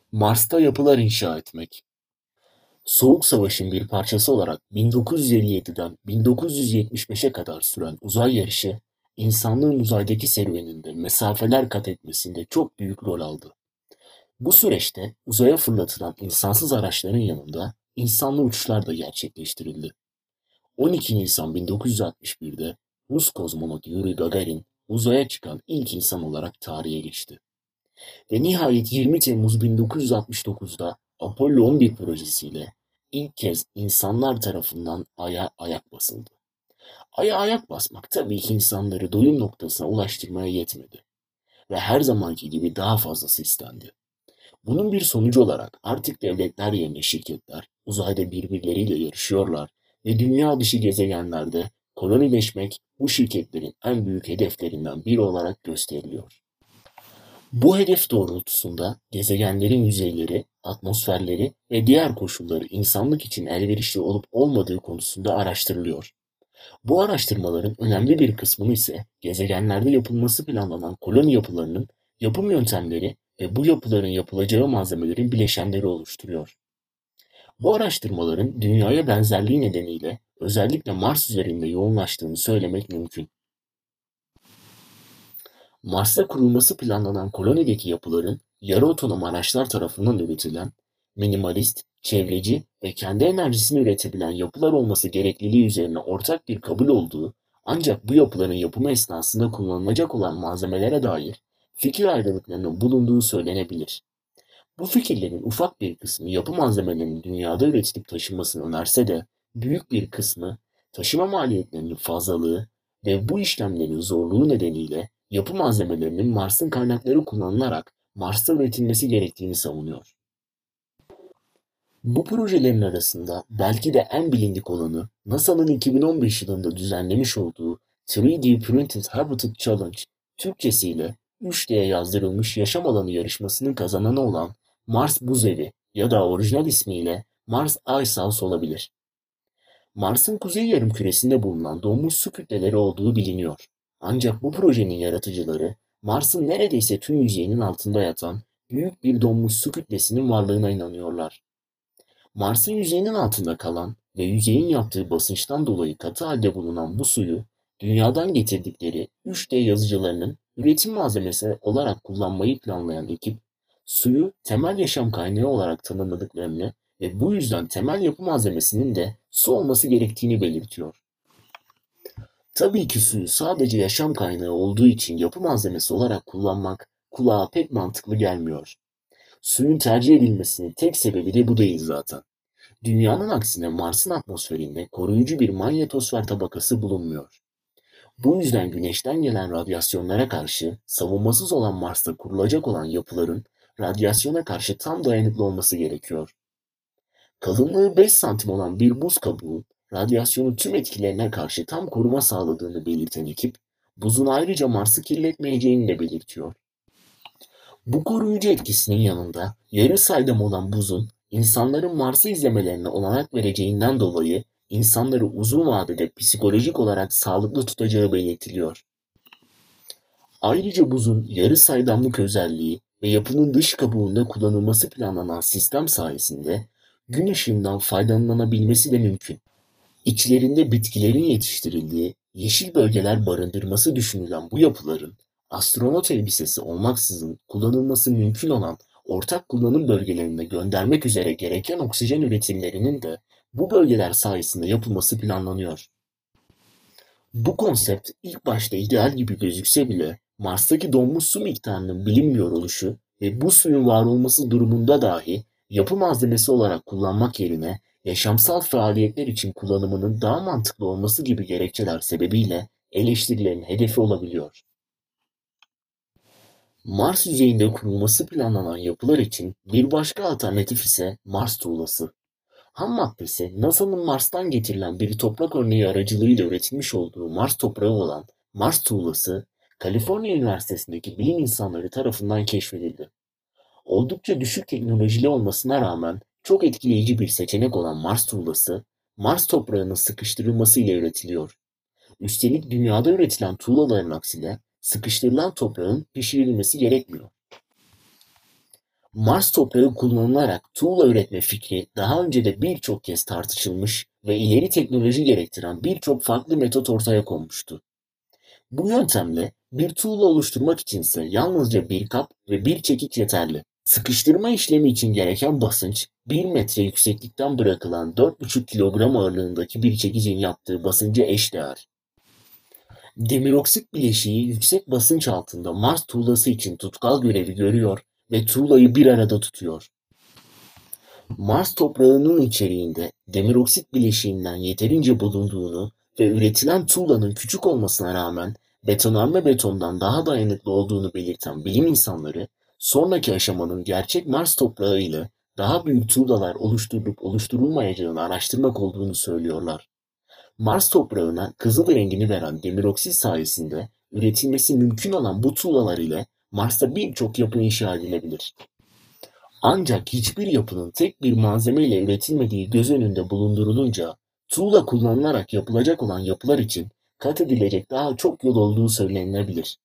Mars'ta yapılar inşa etmek. Soğuk Savaş'ın bir parçası olarak 1957'den 1975'e kadar süren uzay yarışı, insanlığın uzaydaki serüveninde mesafeler kat etmesinde çok büyük rol aldı. Bu süreçte uzaya fırlatılan insansız araçların yanında insanlı uçuşlar da gerçekleştirildi. 12 Nisan 1961'de Rus kozmonot Yuri Gagarin uzaya çıkan ilk insan olarak tarihe geçti. Ve nihayet 20 Temmuz 1969'da Apollo 11 projesiyle ilk kez insanlar tarafından Ay'a ayak basıldı. Ay'a ayak basmak tabii ki insanları doyum noktasına ulaştırmaya yetmedi ve her zamanki gibi daha fazlası istendi. Bunun bir sonucu olarak artık devletler yerine şirketler uzayda birbirleriyle yarışıyorlar ve dünya dışı gezegenlerde kolonileşmek bu şirketlerin en büyük hedeflerinden biri olarak gösteriliyor. Bu hedef doğrultusunda gezegenlerin yüzeyleri, atmosferleri ve diğer koşulları insanlık için elverişli olup olmadığı konusunda araştırılıyor. Bu araştırmaların önemli bir kısmını ise gezegenlerde yapılması planlanan koloni yapılarının yapım yöntemleri ve bu yapıların yapılacağı malzemelerin bileşenleri oluşturuyor. Bu araştırmaların Dünya'ya benzerliği nedeniyle özellikle Mars üzerinde yoğunlaştığını söylemek mümkün. Mars'ta kurulması planlanan kolonideki yapıların yarı otonom araçlar tarafından üretilen, minimalist, çevreci ve kendi enerjisini üretebilen yapılar olması gerekliliği üzerine ortak bir kabul olduğu, ancak bu yapıların yapımı esnasında kullanılacak olan malzemelere dair fikir ayrılıklarının bulunduğu söylenebilir. Bu fikirlerin ufak bir kısmı yapı malzemelerinin dünyada üretilip taşınmasını önerse de büyük bir kısmı taşıma maliyetlerinin fazlalığı ve bu işlemlerin zorluğu nedeniyle yapı malzemelerinin Mars'ın kaynakları kullanılarak Mars'ta üretilmesi gerektiğini savunuyor. Bu projelerin arasında belki de en bilindik olanı NASA'nın 2015 yılında düzenlemiş olduğu 3D Printed Habitat Challenge, Türkçesiyle 3D'ye yazdırılmış yaşam alanı yarışmasının kazananı olan Mars Buz Evi ya da orijinal ismiyle Mars Ice House olabilir. Mars'ın kuzey yarımküresinde bulunan donmuş su kütleleri olduğu biliniyor. Ancak bu projenin yaratıcıları Mars'ın neredeyse tüm yüzeyinin altında yatan büyük bir donmuş su kütlesinin varlığına inanıyorlar. Mars'ın yüzeyinin altında kalan ve yüzeyin yaptığı basınçtan dolayı katı halde bulunan bu suyu dünyadan getirdikleri 3D yazıcılarının üretim malzemesi olarak kullanmayı planlayan ekip, suyu temel yaşam kaynağı olarak tanımladıklarını ve bu yüzden temel yapı malzemesinin de su olması gerektiğini belirtiyor. Tabii ki suyu sadece yaşam kaynağı olduğu için yapı malzemesi olarak kullanmak kulağa pek mantıklı gelmiyor. Suyun tercih edilmesinin tek sebebi de bu değil zaten. Dünyanın aksine Mars'ın atmosferinde koruyucu bir manyetosfer tabakası bulunmuyor. Bu yüzden Güneş'ten gelen radyasyonlara karşı savunmasız olan Mars'ta kurulacak olan yapıların radyasyona karşı tam dayanıklı olması gerekiyor. Kalınlığı 5 santim olan bir buz kabuğu, radyasyonun tüm etkilerine karşı tam koruma sağladığını belirten ekip, buzun ayrıca Mars'ı kirletmeyeceğini de belirtiyor. Bu koruyucu etkisinin yanında yarı saydam olan buzun insanların Mars'ı izlemelerine olanak vereceğinden dolayı insanları uzun vadede psikolojik olarak sağlıklı tutacağı belirtiliyor. Ayrıca buzun yarı saydamlık özelliği ve yapının dış kabuğunda kullanılması planlanan sistem sayesinde gün ışığından faydalanabilmesi de mümkün. İçlerinde bitkilerin yetiştirildiği yeşil bölgeler barındırması düşünülen bu yapıların astronot elbisesi olmaksızın kullanılması mümkün olan ortak kullanım bölgelerine göndermek üzere gereken oksijen üretimlerinin de bu bölgeler sayesinde yapılması planlanıyor. Bu konsept ilk başta ideal gibi gözükse bile Mars'taki donmuş su miktarının bilinmiyor oluşu ve bu suyun var olması durumunda dahi yapı malzemesi olarak kullanmak yerine yaşamsal faaliyetler için kullanımının daha mantıklı olması gibi gerekçeler sebebiyle eleştirilerin hedefi olabiliyor. Mars yüzeyinde kurulması planlanan yapılar için bir başka alternatif ise Mars tuğlası. Ham maddesi NASA'nın Mars'tan getirilen bir toprak örneği aracılığıyla üretilmiş olduğu Mars toprağı olan Mars tuğlası, Kaliforniya Üniversitesi'ndeki bilim insanları tarafından keşfedildi. Oldukça düşük teknolojili olmasına rağmen çok etkileyici bir seçenek olan Mars tuğlası, Mars toprağının sıkıştırılması ile üretiliyor. Üstelik dünyada üretilen tuğlaların aksine sıkıştırılan toprağın pişirilmesi gerekmiyor. Mars toprağı kullanılarak tuğla üretme fikri daha önce de birçok kez tartışılmış ve ileri teknoloji gerektiren birçok farklı metot ortaya konmuştu. Bu yöntemle bir tuğla oluşturmak içinse yalnızca bir kap ve bir çekiç yeterli. Sıkıştırma işlemi için gereken basınç, 1 metre yükseklikten bırakılan 4,5 kilogram ağırlığındaki bir çekicin yaptığı basınca eşdeğer. Demiroksit bileşiği yüksek basınç altında Mars tuğlası için tutkal görevi görüyor ve tuğlayı bir arada tutuyor. Mars toprağının içeriğinde demiroksit bileşiğinden yeterince bulunduğunu ve üretilen tuğlanın küçük olmasına rağmen betonarme betondan daha dayanıklı olduğunu belirten bilim insanları, sonraki aşamanın gerçek Mars toprağı ile daha büyük tuğlalar oluşturup oluşturulmayacağını araştırmak olduğunu söylüyorlar. Mars toprağına kızıl rengini veren demiroksit sayesinde üretilmesi mümkün olan bu tuğlalar ile Mars'ta birçok yapı inşa edilebilir. Ancak hiçbir yapının tek bir malzemeyle üretilmediği göz önünde bulundurulunca, tuğla kullanılarak yapılacak olan yapılar için kat edilecek daha çok yol olduğu söylenilebilir.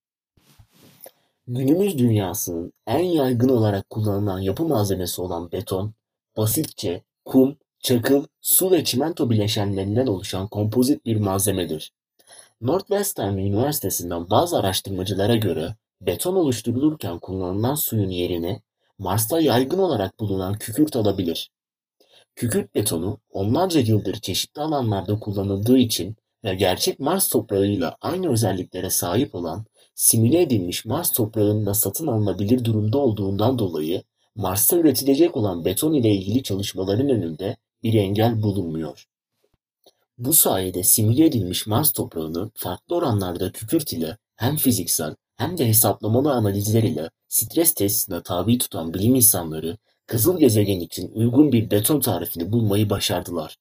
Günümüz dünyasının en yaygın olarak kullanılan yapı malzemesi olan beton, basitçe kum, çakıl, su ve çimento bileşenlerinden oluşan kompozit bir malzemedir. Northwestern Üniversitesi'nden bazı araştırmacılara göre beton oluşturulurken kullanılan suyun yerini Mars'ta yaygın olarak bulunan kükürt alabilir. Kükürt betonu onlarca yıldır çeşitli alanlarda kullanıldığı için ve gerçek Mars toprağıyla aynı özelliklere sahip olan simüle edilmiş Mars toprağında satın alınabilir durumda olduğundan dolayı Mars'ta üretilecek olan beton ile ilgili çalışmaların önünde bir engel bulunmuyor. Bu sayede simüle edilmiş Mars toprağını farklı oranlarda kükürt ile hem fiziksel hem de hesaplamalı analizler ile stres testine tabi tutan bilim insanları, kızıl gezegen için uygun bir beton tarifini bulmayı başardılar.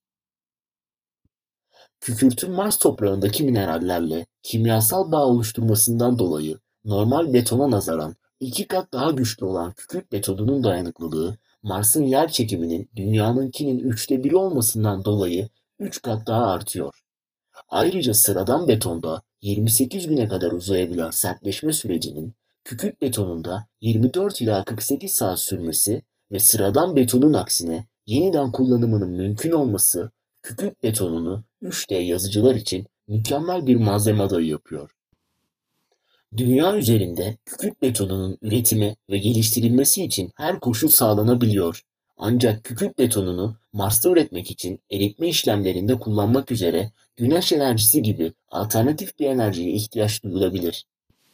Kükürtün Mars toprağındaki minerallerle kimyasal bağ oluşturmasından dolayı normal betona nazaran 2 kat daha güçlü olan kükürt betonunun dayanıklılığı, Mars'ın yer çekiminin Dünya'nınkinin 1/3 olmasından dolayı 3 kat daha artıyor. Ayrıca sıradan betonda 28 güne kadar uzayabilen sertleşme sürecinin kükürt betonunda 24 ila 48 saat sürmesi ve sıradan betonun aksine yeniden kullanımının mümkün olması kükürt betonunu 3D yazıcılar için mükemmel bir malzeme adayı yapıyor. Dünya üzerinde kükürt betonunun üretimi ve geliştirilmesi için her koşul sağlanabiliyor. Ancak kükürt betonunu Mars'ta üretmek için eritme işlemlerinde kullanmak üzere güneş enerjisi gibi alternatif bir enerjiye ihtiyaç duyulabilir.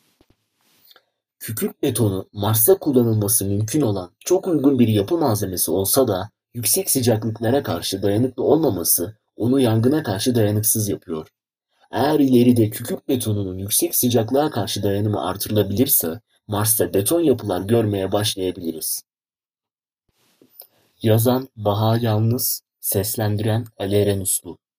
Kükürt betonu Mars'ta kullanılması mümkün olan çok uygun bir yapı malzemesi olsa da yüksek sıcaklıklara karşı dayanıklı olmaması onu yangına karşı dayanıksız yapıyor. Eğer ileride kükürt betonunun yüksek sıcaklığa karşı dayanımı artırılabilirse Mars'ta beton yapılar görmeye başlayabiliriz. Yazan Baha Yalnız, seslendiren Ali Eren Uslu.